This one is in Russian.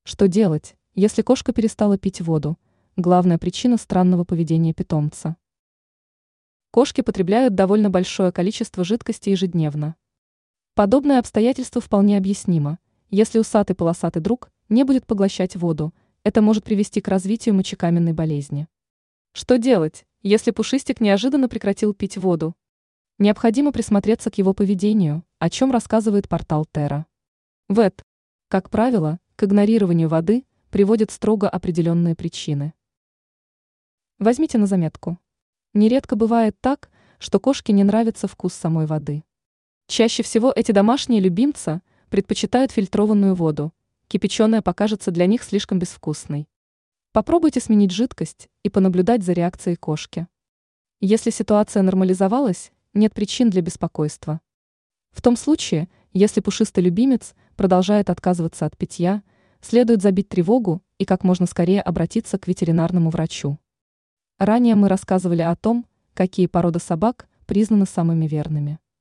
Что делать, если кошка перестала пить воду? Главная причина странного поведения питомца. Кошки потребляют довольно большое количество жидкости ежедневно. Подобное обстоятельство вполне объяснимо. Если усатый полосатый друг не будет поглощать воду, это может привести к развитию мочекаменной болезни. Что делать, если пушистик неожиданно прекратил пить воду? Необходимо присмотреться к его поведению, о чем рассказывает портал Terra. ВЭТ. Как правило, к игнорированию воды приводят строго определенные причины. Возьмите на заметку. Нередко бывает так, что кошке не нравится вкус самой воды. Чаще всего эти домашние любимцы предпочитают фильтрованную воду, кипяченая покажется для них слишком безвкусной. Попробуйте сменить жидкость и понаблюдать за реакцией кошки. Если ситуация нормализовалась, нет причин для беспокойства. В том случае, если пушистый любимец продолжает отказываться от питья, следует забить тревогу и как можно скорее обратиться к ветеринарному врачу. Ранее мы рассказывали о том, какие породы собак признаны самыми верными.